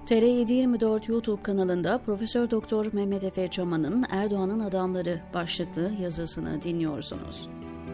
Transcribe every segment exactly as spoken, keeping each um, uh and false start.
T R yedi yirmi dört YouTube kanalında Profesör Doktor Mehmet Efe Çaman'ın Erdoğan'ın Adamları başlıklı yazısını dinliyorsunuz.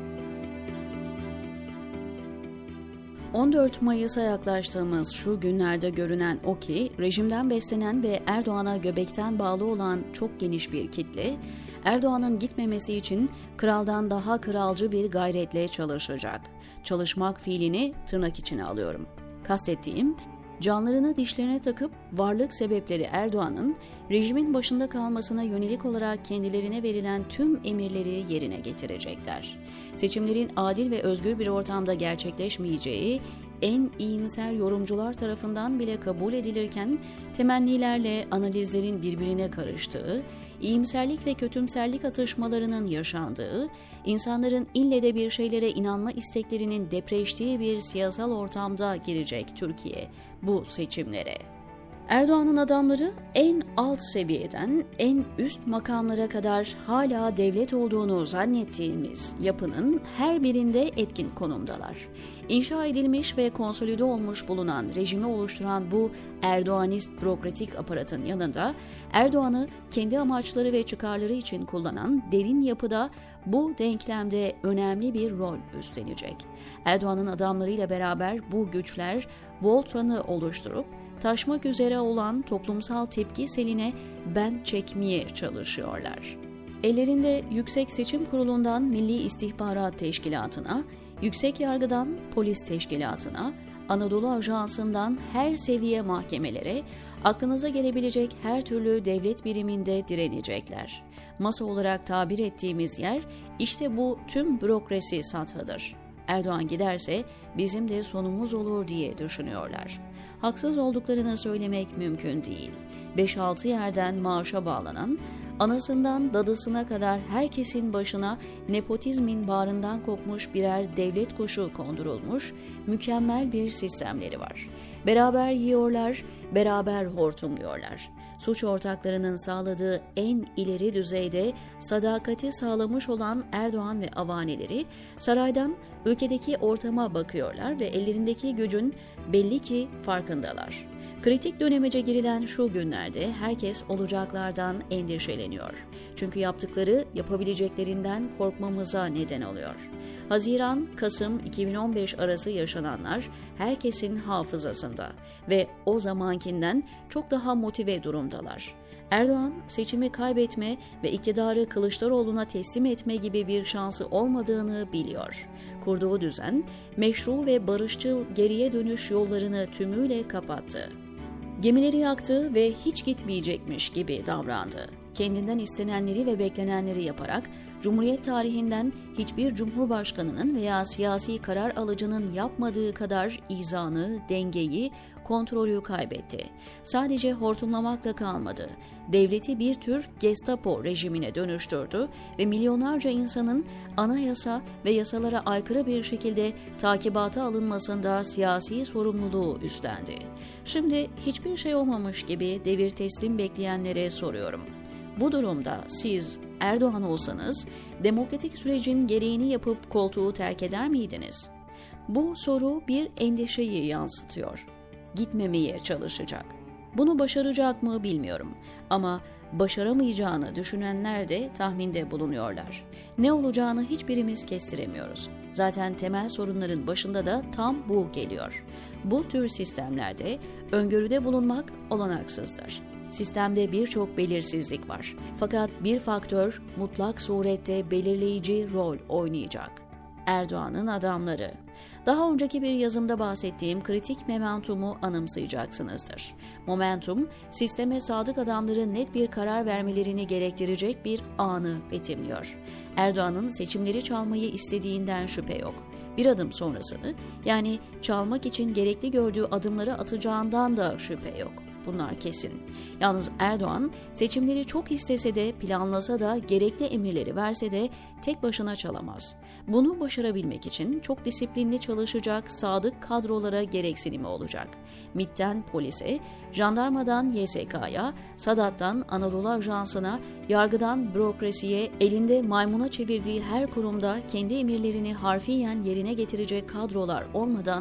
on dört Mayıs'a yaklaştığımız şu günlerde görünen o ki, rejimden beslenen ve Erdoğan'a göbekten bağlı olan çok geniş bir kitle, Erdoğan'ın gitmemesi için kraldan daha kralcı bir gayretle çalışacak. Çalışmak fiilini tırnak içine alıyorum. Kastettiğim, canlarını dişlerine takıp varlık sebepleri Erdoğan'ın rejimin başında kalmasına yönelik olarak kendilerine verilen tüm emirleri yerine getirecekler. Seçimlerin adil ve özgür bir ortamda gerçekleşmeyeceği en iyimser yorumcular tarafından bile kabul edilirken temennilerle analizlerin birbirine karıştığı, iyimserlik ve kötümserlik atışmalarının yaşandığı, insanların ille de bir şeylere inanma isteklerinin depreştiği bir siyasal ortamda girecek Türkiye bu seçimlere. Erdoğan'ın adamları en alt seviyeden en üst makamlara kadar hala devlet olduğunu zannettiğimiz yapının her birinde etkin konumdalar. İnşa edilmiş ve konsolide olmuş bulunan rejimi oluşturan bu Erdoğanist bürokratik aparatın yanında Erdoğan'ı kendi amaçları ve çıkarları için kullanan derin yapıda bu denklemde önemli bir rol üstlenecek. Erdoğan'ın adamlarıyla beraber bu güçler Voltran'ı oluşturup taşmak üzere olan toplumsal tepki seline bent çekmeye çalışıyorlar. Ellerinde Yüksek Seçim Kurulu'ndan Milli İstihbarat Teşkilatı'na, Yüksek Yargı'dan Polis Teşkilatı'na, Anadolu Ajansı'ndan her seviye mahkemelere, aklınıza gelebilecek her türlü devlet biriminde direnecekler. Masa olarak tabir ettiğimiz yer işte bu tüm bürokrasi sathıdır. Erdoğan giderse bizim de sonumuz olur diye düşünüyorlar. Haksız olduklarını söylemek mümkün değil. beş altı yerden maaşa bağlanan, anasından dadısına kadar herkesin başına nepotizmin bağrından kopmuş birer devlet kuşu kondurulmuş mükemmel bir sistemleri var. Beraber yiyorlar, beraber hortumluyorlar. Suç ortaklarının sağladığı en ileri düzeyde sadakati sağlamış olan Erdoğan ve avaneleri saraydan ülkedeki ortama bakıyorlar ve ellerindeki gücün belli ki farkındalar. Kritik dönemece girilen şu günlerde herkes olacaklardan endişeleniyor. Çünkü yaptıkları yapabileceklerinden korkmamıza neden oluyor. Haziran-Kasım iki bin on beş arası yaşananlar herkesin hafızasında ve o zamankinden çok daha motive durumdalar. Erdoğan seçimi kaybetme ve iktidarı Kılıçdaroğlu'na teslim etme gibi bir şansı olmadığını biliyor. Kurduğu düzen meşru ve barışçıl geriye dönüş yollarını tümüyle kapattı. Gemileri yaktı ve hiç gitmeyecekmiş gibi davrandı. Kendinden istenenleri ve beklenenleri yaparak Cumhuriyet tarihinden hiçbir cumhurbaşkanının veya siyasi karar alıcının yapmadığı kadar izanı, dengeyi, kontrolü kaybetti. Sadece hortumlamakla kalmadı. Devleti bir tür Gestapo rejimine dönüştürdü ve milyonlarca insanın anayasa ve yasalara aykırı bir şekilde takibata alınmasında siyasi sorumluluğu üstlendi. Şimdi hiçbir şey olmamış gibi devir teslim bekleyenlere soruyorum. Bu durumda siz Erdoğan olsanız demokratik sürecin gereğini yapıp koltuğu terk eder miydiniz? Bu soru bir endişeyi yansıtıyor. Gitmemeye çalışacak. Bunu başaracak mı bilmiyorum ama başaramayacağını düşünenler de tahminde bulunuyorlar. Ne olacağını hiçbirimiz kestiremiyoruz. Zaten temel sorunların başında da tam bu geliyor. Bu tür sistemlerde öngörüde bulunmak olanaksızdır. Sistemde birçok belirsizlik var. Fakat bir faktör mutlak surette belirleyici rol oynayacak. Erdoğan'ın adamları. Daha önceki bir yazımda bahsettiğim kritik momentumu anımsayacaksınızdır. Momentum, sisteme sadık adamların net bir karar vermelerini gerektirecek bir anı betimliyor. Erdoğan'ın seçimleri çalmayı istediğinden şüphe yok. Bir adım sonrasını, yani çalmak için gerekli gördüğü adımları atacağından da şüphe yok. Bunlar kesin. Yalnız Erdoğan seçimleri çok istese de, planlasa da, gerekli emirleri verse de tek başına çalamaz. Bunu başarabilmek için çok disiplinli çalışacak sadık kadrolara gereksinimi olacak. MİT'ten polise, jandarmadan Y S K'ya, Sadat'tan Anadolu Ajansı'na, yargıdan bürokrasiye, elinde maymuna çevirdiği her kurumda kendi emirlerini harfiyen yerine getirecek kadrolar olmadan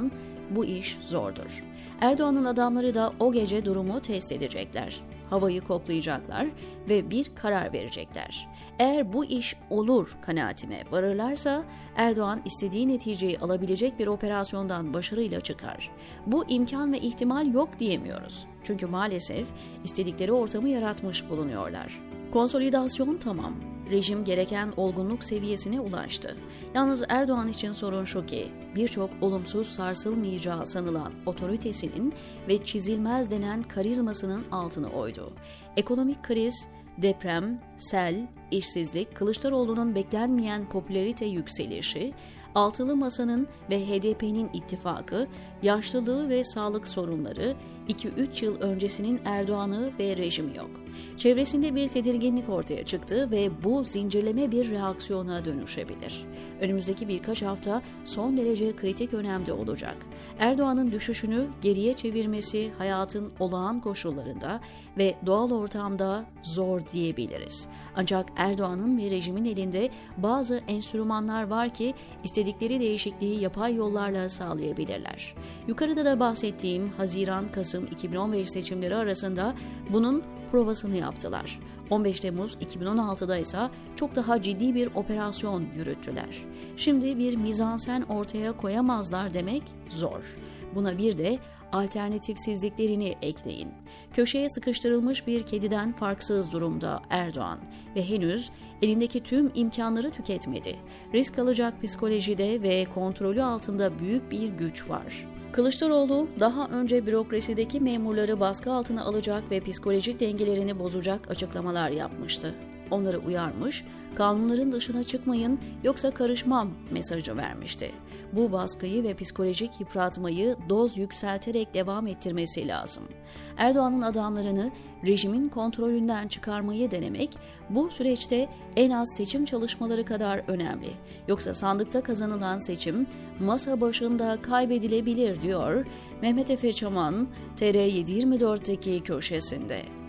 bu iş zordur. Erdoğan'ın adamları da o gece durumu test edecekler. Havayı koklayacaklar ve bir karar verecekler. Eğer bu iş olur kanaatine varırlarsa Erdoğan istediği neticeyi alabilecek bir operasyondan başarıyla çıkar. Bu imkan ve ihtimal yok diyemiyoruz. Çünkü maalesef istedikleri ortamı yaratmış bulunuyorlar. Konsolidasyon tamam. Rejim gereken olgunluk seviyesine ulaştı. Yalnız Erdoğan için sorun şu ki, birçok olumsuz sarsılmayacağı sanılan otoritesinin ve çizilmez denen karizmasının altını oydu. Ekonomik kriz, deprem, sel, işsizlik, Kılıçdaroğlu'nun beklenmeyen popülarite yükselişi, Altılı Masa'nın ve H D P'nin ittifakı, yaşlılığı ve sağlık sorunları, iki üç yıl öncesinin Erdoğan'ı ve rejimi yok. Çevresinde bir tedirginlik ortaya çıktı ve bu zincirleme bir reaksiyona dönüşebilir. Önümüzdeki birkaç hafta son derece kritik önemde olacak. Erdoğan'ın düşüşünü geriye çevirmesi hayatın olağan koşullarında ve doğal ortamda zor diyebiliriz. Ancak Erdoğan'ın ve rejimin elinde bazı enstrümanlar var ki istedikleri değişikliği yapay yollarla sağlayabilirler. Yukarıda da bahsettiğim Haziran-Kasım iki bin on beş seçimleri arasında bunun provasını yaptılar. on beş Temmuz iki bin on altıda ise çok daha ciddi bir operasyon yürüttüler. Şimdi bir mizansen ortaya koyamazlar demek zor. Buna bir de alternatifsizliklerini ekleyin. Köşeye sıkıştırılmış bir kediden farksız durumda Erdoğan ve henüz elindeki tüm imkanları tüketmedi. Risk alacak psikolojide ve kontrolü altında büyük bir güç var. Kılıçdaroğlu daha önce bürokrasideki memurları baskı altına alacak ve psikolojik dengelerini bozacak açıklamalar yapmıştı. Onları uyarmış, kanunların dışına çıkmayın yoksa karışmam mesajı vermişti. Bu baskıyı ve psikolojik yıpratmayı doz yükselterek devam ettirmesi lazım. Erdoğan'ın adamlarını rejimin kontrolünden çıkarmayı denemek bu süreçte en az seçim çalışmaları kadar önemli. Yoksa sandıkta kazanılan seçim masa başında kaybedilebilir diyor Mehmet Efe Çaman T R yedi yirmi dörtteki köşesinde.